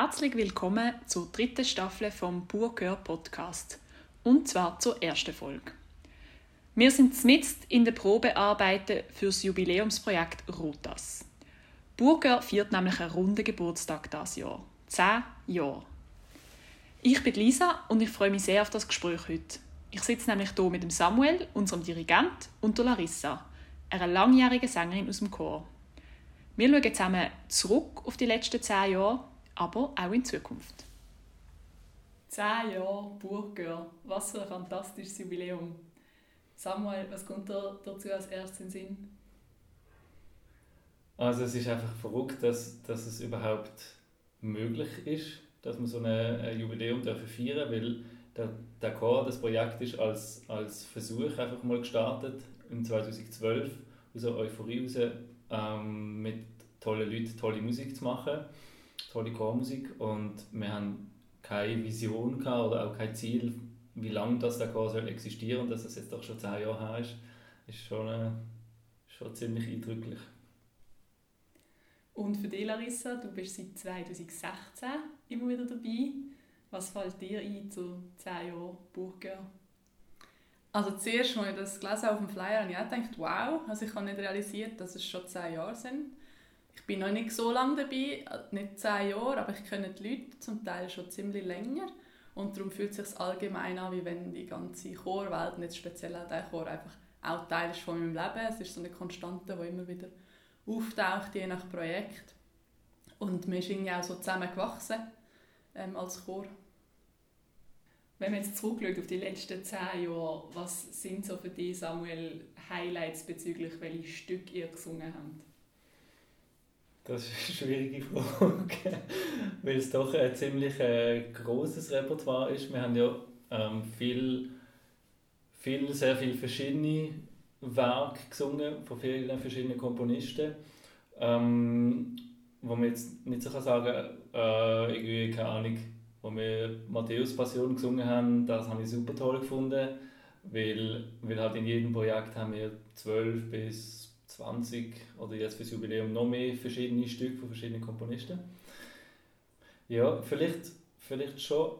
Herzlich willkommen zur 3. Staffel vom Pur Podcast. Und zwar zur ersten Folge. Wir sind mitten in der Probearbeiten für das Jubiläumsprojekt Rotas. Pur feiert nämlich einen runden Geburtstag dieses Jahr. 10 Jahre. Ich bin Lisa und ich freue mich sehr auf das Gespräch heute. Ich sitze nämlich hier mit dem Samuel, unserem Dirigent, und der Larissa, einer langjährigen Sängerin aus dem Chor. Wir schauen zusammen zurück auf die letzten 10 Jahre, aber auch in Zukunft. 10 Jahre Pur, was für ein fantastisches Jubiläum. Samuel, was kommt dir dazu als erstes in den Sinn? Also es ist einfach verrückt, dass es überhaupt möglich ist, dass wir so ein Jubiläum feiern dürfen, weil der Chor, das Projekt ist als Versuch einfach mal gestartet, im 2012, aus einer Euphorie raus, mit tollen Leuten tolle Musik zu machen, tolle Chormusik, und wir haben keine Vision gehabt oder auch kein Ziel, wie lange der Chor soll existieren, und dass das jetzt doch schon 10 Jahre her ist schon ziemlich eindrücklich. Und für dich, Larissa, du bist seit 2016 immer wieder dabei. Was fällt dir ein zu 10 Jahren Pur? Also zuerst, als ich das gelesen auf dem Flyer, habe ich auch gedacht, wow, also ich habe nicht realisiert, dass es schon 10 Jahre sind. Ich bin noch nicht so lange dabei, nicht 10 Jahre, aber ich kenne die Leute zum Teil schon ziemlich länger. Und darum fühlt es sich allgemein an, wie wenn die ganze Chorwelt, nicht speziell auch der Chor, einfach auch Teil ist von meinem Leben. Es ist so eine Konstante, die immer wieder auftaucht, je nach Projekt. Und wir sind ja auch so zusammen gewachsen als Chor. Wenn man jetzt zurückschaut auf die letzten 10 Jahre, was sind so für dich, Samuel, Highlights bezüglich welche Stücke ihr gesungen habt? Das ist eine schwierige Frage, weil es doch ein ziemlich grosses Repertoire ist. Wir haben ja sehr viele verschiedene Werke gesungen von vielen verschiedenen Komponisten, wo man jetzt nicht so sagen kann, irgendwie, keine Ahnung, wo wir Matthäus Passion gesungen haben, das habe ich super toll gefunden, weil halt in jedem Projekt haben wir 12 bis 20 oder jetzt für das Jubiläum noch mehr verschiedene Stücke von verschiedenen Komponisten. Ja, vielleicht schon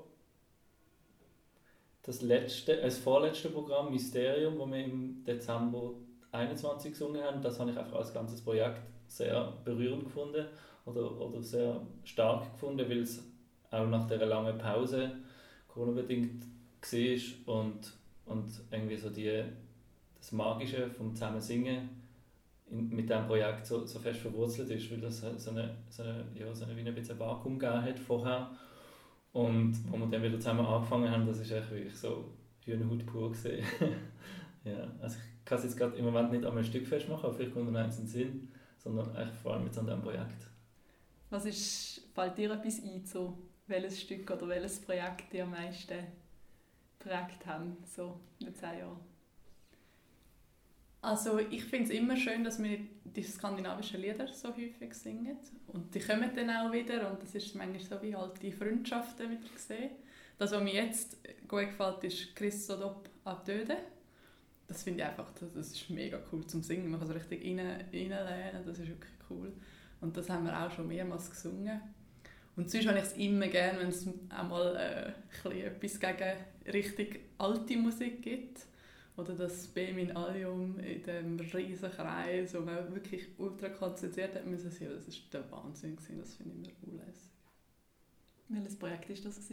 das vorletzte Programm Mysterium, das wir im Dezember 2021 gesungen haben, das habe ich einfach als ganzes Projekt sehr berührend gefunden oder sehr stark gefunden, weil es auch nach dieser langen Pause Corona-bedingt war und irgendwie so das Magische vom Zusammensingen mit diesem Projekt so fest verwurzelt ist, weil das so eine wie ein bisschen Vakuum gegeben hat vorher. Und als wir dann wieder zusammen angefangen haben, das war wirklich so Hühnerhaut pur gewesen. Ja, also ich kann es jetzt gerade im Moment nicht an einem Stück festmachen, aber vielleicht kommt mir eins in den Sinn, sondern eigentlich vor allem jetzt an diesem Projekt. Fällt dir etwas ein, so, welches Stück oder welches Projekt dir am meisten geprägt haben, so in den 10 Jahren? Also ich finde es immer schön, dass wir die skandinavischen Lieder so häufig singen. Und die kommen dann auch wieder und das ist manchmal so wie halt die Freundschaften wieder gesehen. Das, was mir jetzt gut gefällt, ist «Christodop av Döde». Das finde ich einfach, das ist mega cool zum Singen. Man kann so richtig reinlehnen, das ist wirklich cool. Und das haben wir auch schon mehrmals gesungen. Und sonst habe ich es immer gerne, wenn es auch mal etwas gegen richtig alte Musik gibt. Oder das «Bemin Allium» in diesem riesen Kreis, wo man wirklich ultra konzentriert hat müssen sein. Das war der Wahnsinn, das finde ich immer unlässig. Welches Projekt war das?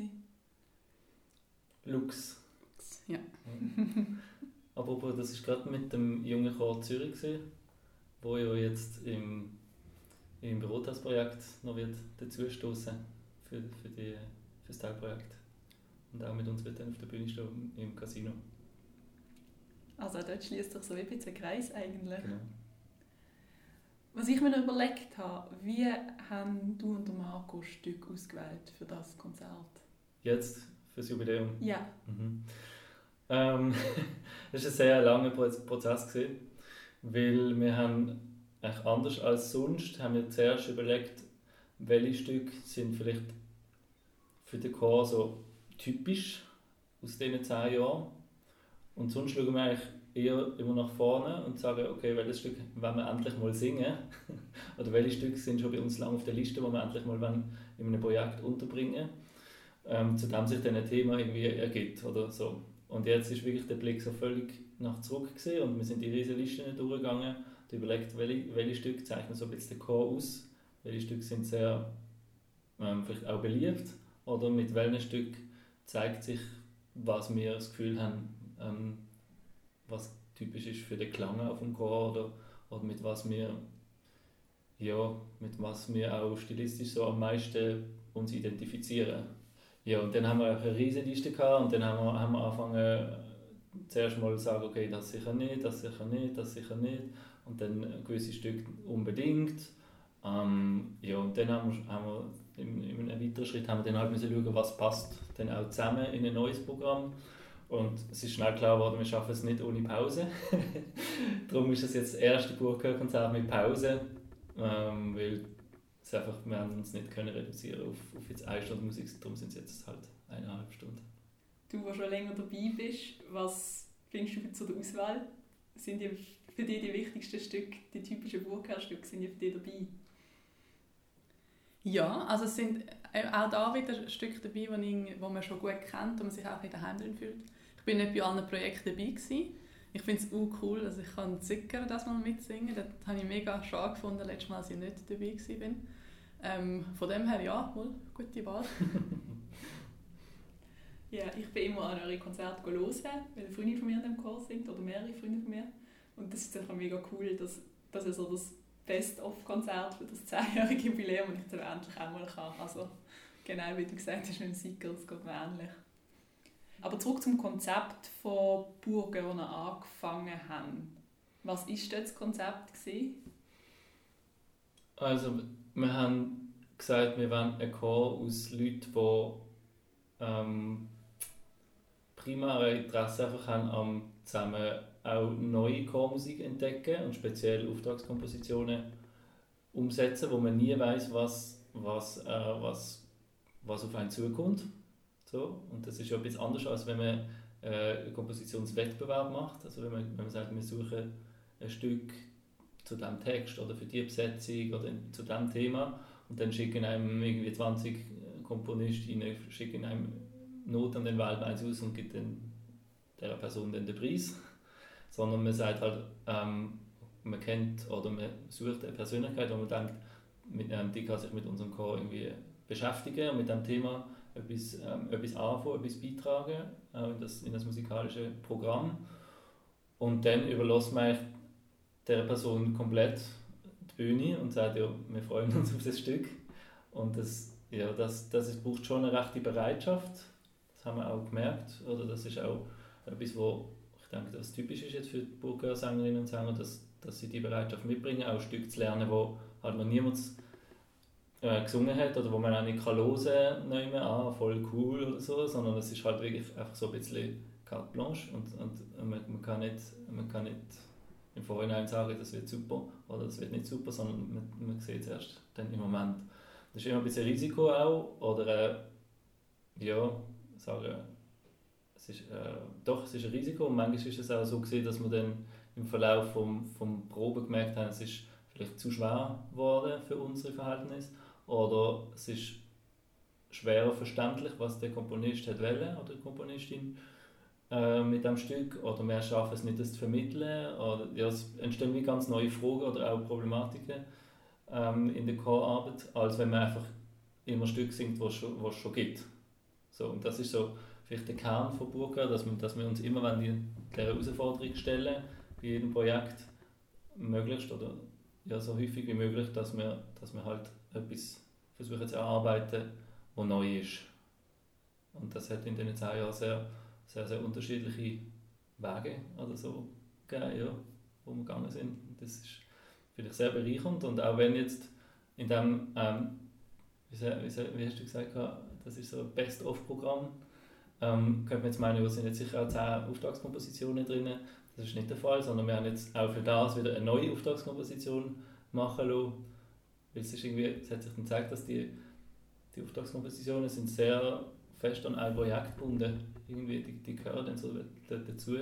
Lux. Ja. Aber das war gerade mit dem jungen Chor Zürich, wo ja jetzt im Rotas-Projekt noch wird dazustoßen für das Teilprojekt. Und auch mit uns wird dann auf der Bühne stehen im Casino. Also dort schließt sich so ein bisschen der Kreis eigentlich. Genau. Was ich mir noch überlegt habe, wie haben du und Marco Stück ausgewählt für das Konzert? Jetzt? Für das Jubiläum? Ja. Mhm. Das war ein sehr langer Prozess, weil wir haben eigentlich anders als sonst haben wir zuerst überlegt, welche Stücke sind vielleicht für den Chor so typisch aus diesen 10 Jahren. Und sonst schauen wir eigentlich eher immer nach vorne und sagen, okay, welches Stück wollen wir endlich mal singen? Oder welche Stücke sind schon bei uns lang auf der Liste, die wir endlich mal in einem Projekt unterbringen zu dem sich dann ein Thema irgendwie ergibt oder so. Und jetzt ist wirklich der Blick so völlig nach zurück gewesen und wir sind die riesen Listen durchgegangen und überlegt, welche Stücke zeichnen so ein bisschen den Chor aus, welche Stücke sind sehr vielleicht auch beliebt oder mit welchen Stück zeigt sich, was wir das Gefühl haben, was typisch ist für den Klang auf dem Chor oder mit was wir auch stilistisch so am meisten uns identifizieren. Ja, und dann haben wir eine riesige Liste gehabt und dann haben wir angefangen zuerst mal zu sagen, okay, das sicher nicht, das sicher nicht, das sicher nicht und dann gewisse Stücke unbedingt. Und dann haben wir in einem weiteren Schritt haben wir dann halt müssen schauen, was passt dann auch zusammen in ein neues Programm. Und es ist schnell klar geworden, wir schaffen es nicht ohne Pause. Darum ist es jetzt das erste Burgchor-Konzert mit Pause, weil wir haben uns nicht können reduzieren auf jetzt 1 Stunde Musik, darum sind es jetzt halt 1,5 Stunden. Du, der schon länger dabei bist, was findest du zu der Auswahl? Sind für dich die wichtigsten Stücke, die typischen Burgchor-Stücke, sind die für dich dabei? Ja, also es sind auch da wieder Stücke dabei, die man schon gut kennt und man sich auch in daheim drin fühlt. Ich bin nicht bei allen Projekten dabei gewesen. Ich finde es auch cool, dass ich Zickern das mal mitsingen kann. Das habe ich mega schade gefunden, letztes Mal, als ich nicht dabei war. Von dem her, ja, wohl, gute Wahl. Ja, ich bin immer an eure Konzerte hören, weil eine Freundin von mir in dem Chor singt, oder mehrere Freunde von mir. Und das ist einfach mega cool, dass ihr so das Best-of-Konzert für das 10-jährige Jubiläum und ich jetzt endlich einmal kann. Also genau wie du gesagt hast, mit dem Sicker, das geht mir ähnlich. Aber zurück zum Konzept von Burgörner angefangen haben. Was war das Konzept gewesen? Also wir haben gesagt, wir wollen einen Chor aus Leuten, die primäre Interesse einfach haben, zusammen auch neue Chormusik entdecken und speziell Auftragskompositionen umsetzen, wo man nie weiß, was auf einen zukommt. So. Und das ist ja ein bisschen anders, als wenn man einen Kompositionswettbewerb macht. Also wenn man sagt, wir suchen ein Stück zu diesem Text oder für die Besetzung oder zu diesem Thema und dann schicken einem irgendwie 20 Komponistinnen schicken einem Not an den Wald eins aus und gibt dann der Person dann den Preis. Sondern man sagt halt, man kennt oder man sucht eine Persönlichkeit, wo man denkt, die kann sich mit unserem Chor irgendwie beschäftigen und mit dem Thema etwas anfangen, etwas beitragen in das musikalische Programm. Und dann überlässt man der Person komplett die Bühne und sagt, ja, wir freuen uns auf das Stück. Und das braucht schon eine rechte Bereitschaft. Das haben wir auch gemerkt. Oder das ist auch etwas, wo ich denke, das typisch ist jetzt für die Burgchorsängerinnen und Sänger, dass sie die Bereitschaft mitbringen, auch ein Stück zu lernen, wo halt noch niemand gesungen hat oder wo man auch nicht hören kann, voll cool oder so, sondern es ist halt wirklich einfach so ein bisschen carte blanche und man kann nicht im Vorhinein sagen, das wird super oder das wird nicht super, sondern man sieht es erst dann im Moment. Das ist immer ein bisschen Risiko auch, oder es ist ein Risiko und manchmal ist es auch so gewesen, dass wir dann im Verlauf vom Proben gemerkt haben, es ist vielleicht zu schwer geworden für unsere Verhältnisse oder es ist schwerer verständlich, was der Komponist hat wollen oder die Komponistin mit dem Stück oder wir schaffen es nicht, das zu vermitteln oder es entstehen wie ganz neue Fragen oder auch Problematiken in der Chorarbeit, als wenn man einfach immer ein Stück singt, was es schon gibt. So, und das ist so vielleicht der Kern von Burgchor, dass wir uns immer dieser Herausforderung stellen, bei jedem Projekt möglichst oder so häufig wie möglich, dass wir halt etwas versuchen zu erarbeiten, was neu ist. Und das hat in diesen 10 Jahren sehr, sehr, sehr unterschiedliche Wege oder so gegeben, wo wir gegangen sind. Das ist vielleicht sehr bereichernd und auch wenn jetzt in dem, wie hast du gesagt, das ist so ein Best-of-Programm, könnte man jetzt meinen, da sind jetzt sicher auch 10 Auftragskompositionen drin. Das ist nicht der Fall, sondern wir haben jetzt auch für das wieder eine neue Auftragskomposition machen lassen. Weil es hat sich dann gezeigt, dass die Auftragskompositionen sind sehr fest an ein Projekt gebunden. Irgendwie, die gehören dann so dazu.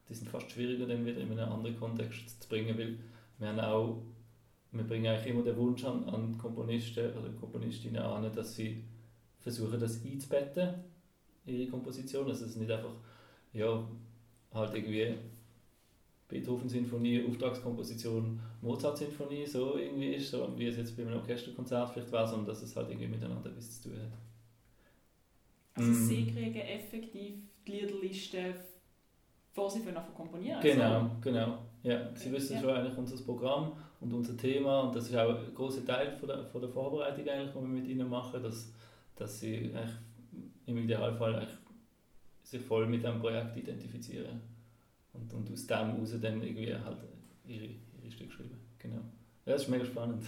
die sind fast schwieriger dann wieder in einen anderen Kontext zu bringen, weil wir bringen eigentlich immer den Wunsch an Komponisten oder Komponistinnen an, dass sie versuchen, das einzubetten in ihre Komposition, dass es nicht einfach, ja, halt irgendwie Beethoven-Sinfonie, Auftragskomposition, Mozart-Sinfonie, so irgendwie ist, so wie es jetzt bei einem Orchesterkonzert vielleicht war, sondern dass es halt irgendwie miteinander etwas zu tun hat. Also sie kriegen effektiv die Liederliste, bevor sie anfangen komponieren? Genau. Ja, sie wissen schon eigentlich unser Programm und unser Thema und das ist auch ein grosser Teil von der Vorbereitung eigentlich, die wir mit ihnen machen, dass sie eigentlich im Idealfall eigentlich sich voll mit diesem Projekt identifizieren und aus dem heraus dann irgendwie halt ihre Stücke schreiben. Genau. Ja, das ist mega spannend.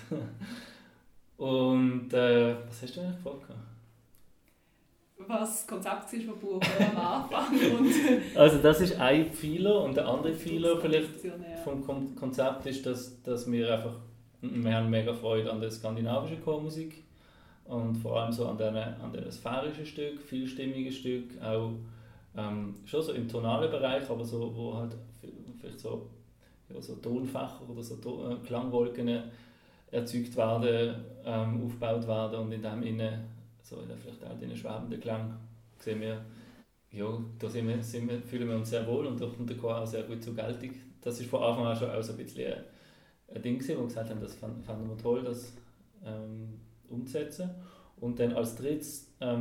Und was hast du eigentlich gefragt? Was das Konzept ist von Buch am Anfang. Also das ist ein Pfeiler und der andere Pfeiler vielleicht vom Konzept ist, dass wir haben mega Freude an der skandinavischen Chormusik und vor allem so an den sphärischen Stück, vielstimmigen Stück, auch schon so im tonalen Bereich, aber so, wo halt vielleicht so Tonfächer oder so Klangwolken erzeugt werden, aufgebaut werden und in dem Innen so vielleicht auch den schwebenden Klang sehen wir, ja, da fühlen wir uns sehr wohl und da kommt der Chor auch sehr gut zur Geltung. Das war von Anfang an schon auch so ein bisschen ein Ding, wo wir gesagt haben, das fanden wir toll, das umzusetzen. Und dann als drittes, das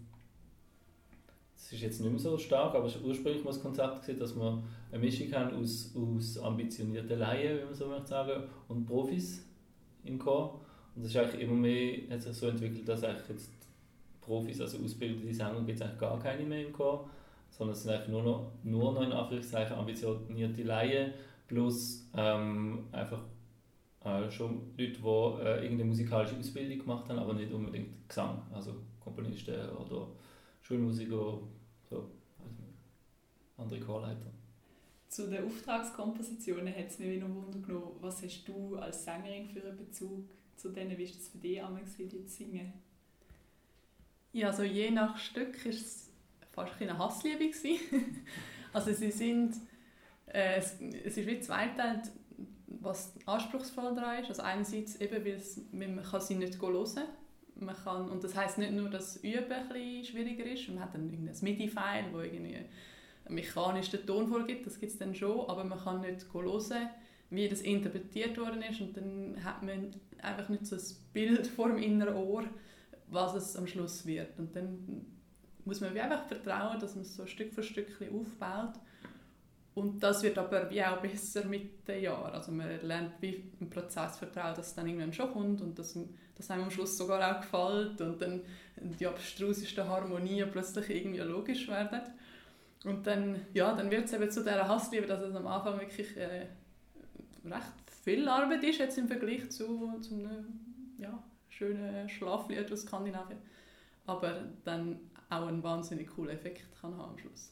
ist jetzt nicht mehr so stark, aber ursprünglich war das Konzept gewesen, dass wir eine Mischung haben aus ambitionierten Laien, wie man so möchte sagen, und Profis im Chor. Und das ist eigentlich immer mehr, hat sich so entwickelt, dass eigentlich jetzt Profis, also ausgebildete Sänger, gibt es eigentlich gar keine mehr im Chor, sondern es sind eigentlich nur noch in Anführungszeichen ambitionierte Laien, plus einfach schon Leute, die irgendeine musikalische Ausbildung gemacht haben, aber nicht unbedingt Gesang, also Komponisten oder Schulmusiker, so, also andere Chorleiter. Zu den Auftragskompositionen hat es mich wieder Wunder genommen, was hast du als Sängerin für einen Bezug zu denen, wie ist das für dich einmal die zu singen? Ja, also je nach Stück war es fast eine Hassliebe. Also sie sind, es ist wie zweiteilt, was anspruchsvoll daran ist. Also einerseits eben, weil man kann sie nicht hören kann. Und das heisst nicht nur, dass Üben ein bisschen schwieriger ist. Man hat dann irgendein MIDI-File, wo irgendwie mechanisch den Ton vorgibt, das gibt es dann schon, aber man kann nicht hören, wie das interpretiert worden ist. Und dann hat man einfach nicht so ein Bild vor dem inneren Ohr, was es am Schluss wird. Und dann muss man einfach vertrauen, dass man es so Stück für Stück aufbaut. Und das wird aber wie auch besser mit den Jahren. Also man lernt wie im Prozess vertrauen, dass es dann irgendwann schon kommt und dass einem am Schluss sogar auch gefällt und dann die abstrusesten Harmonien plötzlich irgendwie logisch werden. Und dann wird es eben zu dieser Hassliebe, dass es am Anfang wirklich recht viel Arbeit ist jetzt im Vergleich zu einem schönen Schlaflied aus Skandinavien. Aber dann auch einen wahnsinnig coolen Effekt kann haben am Schluss.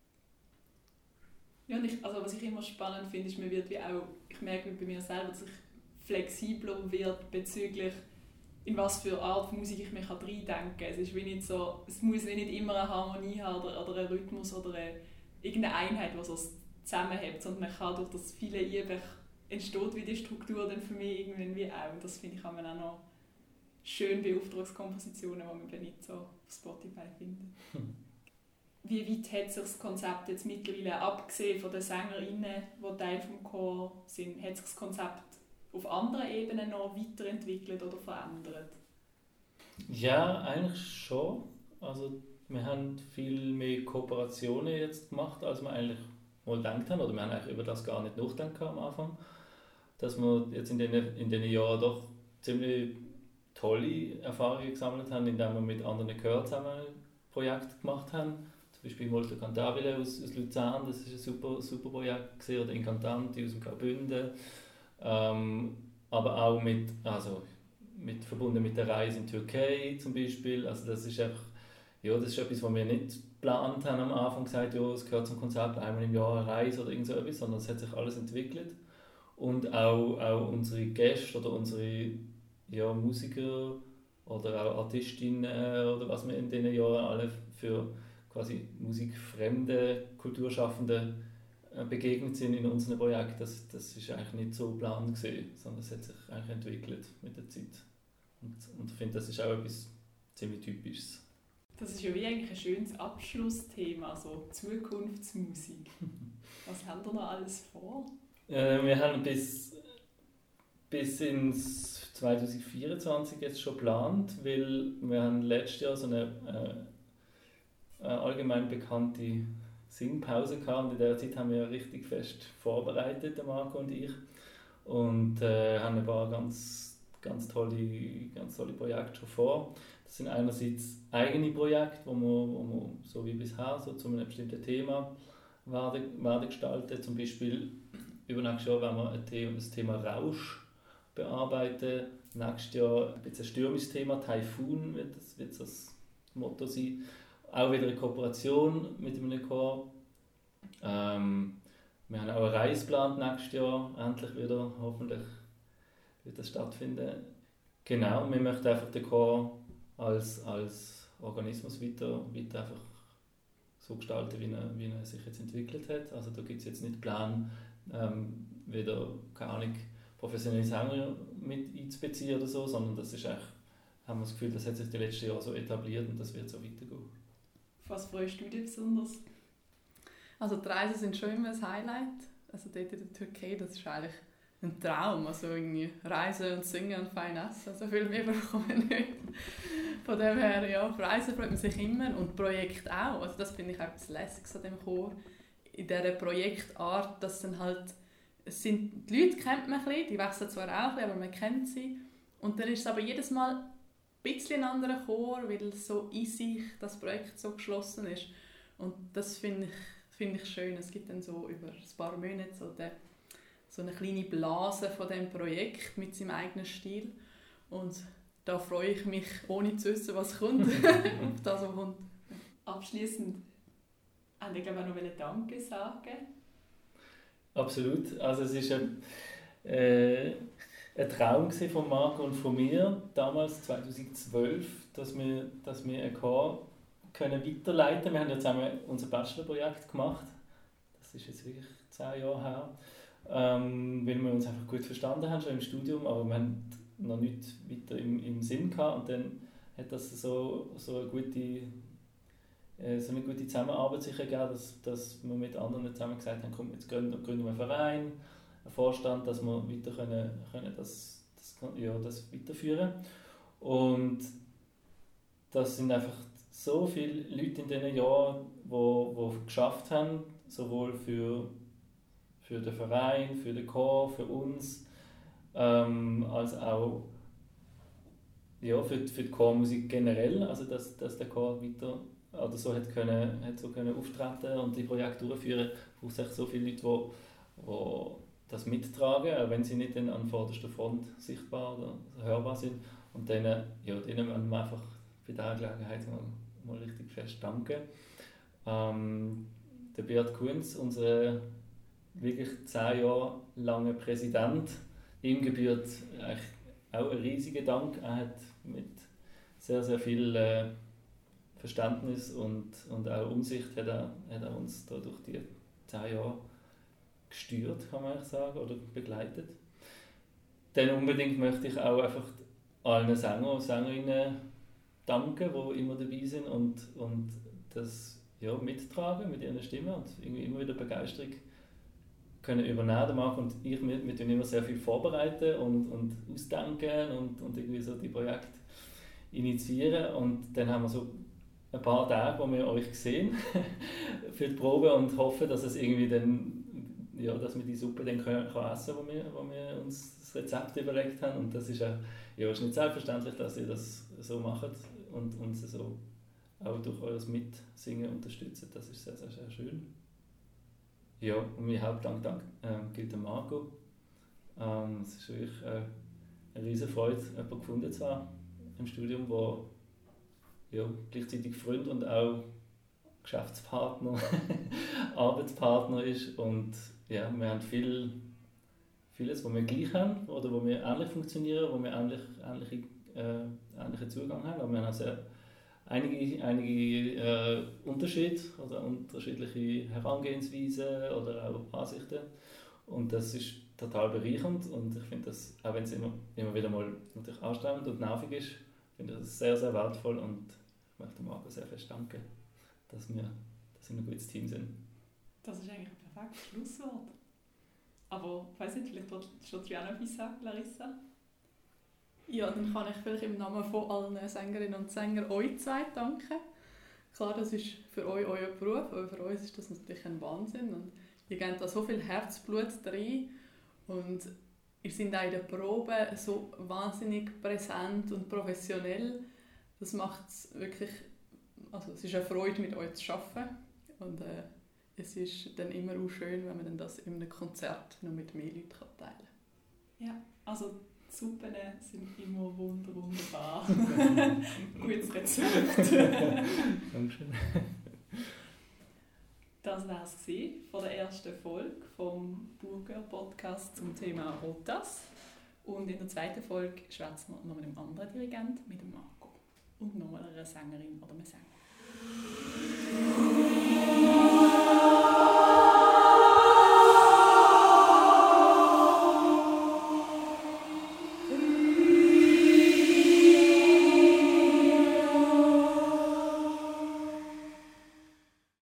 Ja, und was ich immer spannend finde, ist, man wird ich merke bei mir selber, dass ich flexibler wird bezüglich in was für Art von Musik ich mich reindenken kann. Es ist wie nicht so, es muss nicht immer eine Harmonie haben oder einen Rhythmus oder irgendeine Einheit, die so zusammenhält, sondern man kann durch das viele Üben entsteht wie die Struktur dann für mich irgendwie auch. Und das finde ich auch noch schön bei Auftragskompositionen, die man dann nicht so auf Spotify findet. Wie weit hat sich das Konzept jetzt mittlerweile, abgesehen von den SängerInnen, die Teil des Chors sind, hat sich das Konzept auf anderen Ebenen noch weiterentwickelt oder verändert? Ja, eigentlich schon. Also wir haben viel mehr Kooperationen jetzt gemacht, als wir eigentlich mal gedacht haben. Oder wir haben eigentlich über das gar nicht nachgedacht am Anfang. Dass wir jetzt in den Jahren doch ziemlich tolle Erfahrungen gesammelt haben, indem wir mit anderen Chören zusammen Projekte gemacht haben. Zum Beispiel Molto Cantabile aus Luzern, das war ein super Projekt gewesen, oder Incantanti aus dem Graubünden. Aber auch verbunden mit der Reise in die Türkei zum Beispiel. Also das ist einfach, das ist etwas, was wir nicht geplant haben am Anfang, gesagt, es gehört zum Konzept einmal im Jahr eine Reise oder irgend so etwas, sondern es hat sich alles entwickelt. Und auch unsere Gäste oder unsere Musiker oder auch Artistinnen oder was wir in diesen Jahren alle für quasi musikfremde Kulturschaffende begegnet sind in unserem Projekt, das ist eigentlich nicht so geplant gewesen, sondern es hat sich eigentlich entwickelt mit der Zeit. Und ich finde, das ist auch etwas ziemlich Typisches. Das ist ja wie eigentlich ein schönes Abschlussthema, so Zukunftsmusik. Was haben wir noch alles vor? Wir haben bis ins 2024 jetzt schon geplant, weil wir haben letztes Jahr so eine allgemein bekannte Singpause gehabt und in dieser Zeit haben wir richtig fest vorbereitet, der Marco und ich, und haben ein paar ganz tolle Projekte schon vor. Das sind einerseits eigene Projekte, wo wir so wie bisher so zu einem bestimmten Thema werden gestalten. Zum Beispiel übernächstes Jahr werden wir das Thema Rausch bearbeiten. Nächstes Jahr ein bisschen ein stürmisches Thema, Taifun wird das Motto sein. Auch wieder eine Kooperation mit einem Chor. Wir haben auch eine Reise geplant nächstes Jahr, endlich wieder, hoffentlich wird das stattfinden. Genau, wir möchten einfach den Chor als Organismus weiter einfach so gestalten, wie er sich jetzt entwickelt hat. Also da gibt es jetzt nicht den Plan, wieder, keine Ahnung, professionelle Sänger mit einzubeziehen oder so, sondern das ist eigentlich, haben wir das Gefühl, das hat sich die letzten Jahre so etabliert und das wird so weitergehen. Was freust du dich besonders? Also die Reisen sind schon immer ein Highlight. Also dort in der Türkei, das ist eigentlich ein Traum. Also irgendwie Reisen und Singen und fein essen. Also viel mehr bekommen wir nicht. Von dem her, ja, auf Reisen freut man sich immer und Projekt auch. Also das finde ich auch etwas Lässiges an dem Chor. In dieser Projektart, dass dann halt, die Leute kennt man ein bisschen, die wechseln zwar auch ein bisschen, aber man kennt sie. Und dann ist es aber jedes Mal ein bisschen ein anderer Chor, weil so in sich das Projekt so geschlossen ist. Und das finde ich schön. Es gibt dann so über ein paar Monate so eine kleine Blase von diesem Projekt mit seinem eigenen Stil. Und da freue ich mich, ohne zu wissen, was kommt, auf das, was kommt. Abschliessend, wollte ich glaube auch noch Danke sagen. Absolut. Also es war ein Traum von Marco und von mir, damals 2012, dass wir einen Chor weiterleiten können. Wir haben ja zusammen unser Bachelorprojekt gemacht. Das ist jetzt wirklich 10 Jahre her. Weil wir uns einfach gut verstanden haben, schon im Studium, aber wir haben noch nichts weiter im Sinn gehabt. Und dann hat das so eine gute Zusammenarbeit sich ergeben, dass wir mit anderen zusammen gesagt haben, komm, jetzt gründen wir einen Verein, einen Vorstand, dass wir weiter können das weiterführen. Und das sind einfach so viele Leute in diesen Jahren, die geschafft haben, sowohl für den Verein, für den Chor, für uns, als auch für die Chormusik generell, also dass der Chor weiter oder so hat können auftreten und die Projekte durchführen, braucht es so viele Leute, die das mittragen, auch wenn sie nicht dann an vorderster Front sichtbar oder hörbar sind. Und denen wollen wir einfach bei dieser Gelegenheit mal richtig fest danken. Der Beat Kunz, unser wirklich 10 Jahre langer Präsident, ihm gebührt eigentlich auch ein riesiger Dank. Er hat mit sehr, sehr viel Verständnis und auch Umsicht hat er uns da durch die 10 Jahre gesteuert, kann man eigentlich sagen, oder begleitet. Dann unbedingt möchte ich auch einfach allen Sänger und Sängerinnen danken, die immer dabei sind und das mittragen mit ihren Stimmen und irgendwie immer wieder Begeisterung können übernehmen. Der Marc und ich, wir tun immer sehr viel vorbereiten und ausdenken und irgendwie so die Projekte initiieren. Und dann haben wir so ein paar Tage, wo wir euch sehen für die Probe und hoffen, dass es irgendwie dann, dass wir die Suppe dann können essen können, wo wir uns das Rezept überlegt haben. Und das ist ist nicht selbstverständlich, dass ihr das so macht und uns so auch durch euer Mitsingen unterstützt. Das ist sehr, sehr, sehr schön. Ja, und mein Hauptdank gilt dem Marco. Es ist wirklich eine riesige Freude, jemanden gefunden zu haben im Studium, der gleichzeitig Freund und auch Geschäftspartner, Arbeitspartner ist. Und ja, wir haben vieles, was wir gleich haben oder wo wir ähnlich funktionieren, wo wir ähnlichen Zugang haben. Aber wir haben einige Unterschiede oder unterschiedliche Herangehensweisen oder auch Ansichten. Und das ist total bereichernd und ich finde das, auch wenn es immer wieder mal natürlich anstrengend und nervig ist, finde ich das sehr, sehr wertvoll und ich möchte Marco sehr fest danken, dass wir ein gutes Team sind. Das ist eigentlich ein perfektes Schlusswort. Aber ich weiss nicht, vielleicht willst du auch noch etwas sagen, Larissa? Ja, dann kann ich vielleicht im Namen von allen Sängerinnen und Sängern euch zwei danken. Klar, das ist für euch euer Beruf, aber für uns ist das natürlich ein Wahnsinn. Und ihr gebt da so viel Herzblut rein und ihr seid auch in der Probe so wahnsinnig präsent und professionell. Das macht es wirklich, also es ist eine Freude, mit euch zu arbeiten. Und es ist dann immer auch schön, wenn man dann das in einem Konzert noch mit mehr Leuten teilen kann. Ja, also die Suppen sind immer wunderbar. Gutes Rezept. Dankeschön. Das war es von der ersten Folge vom Burger-Podcast zum Thema Rotas. Und in der zweiten Folge schwätzen wir noch mit einem anderen Dirigent, mit dem Marco. Und noch einer Sängerin oder einem Sänger.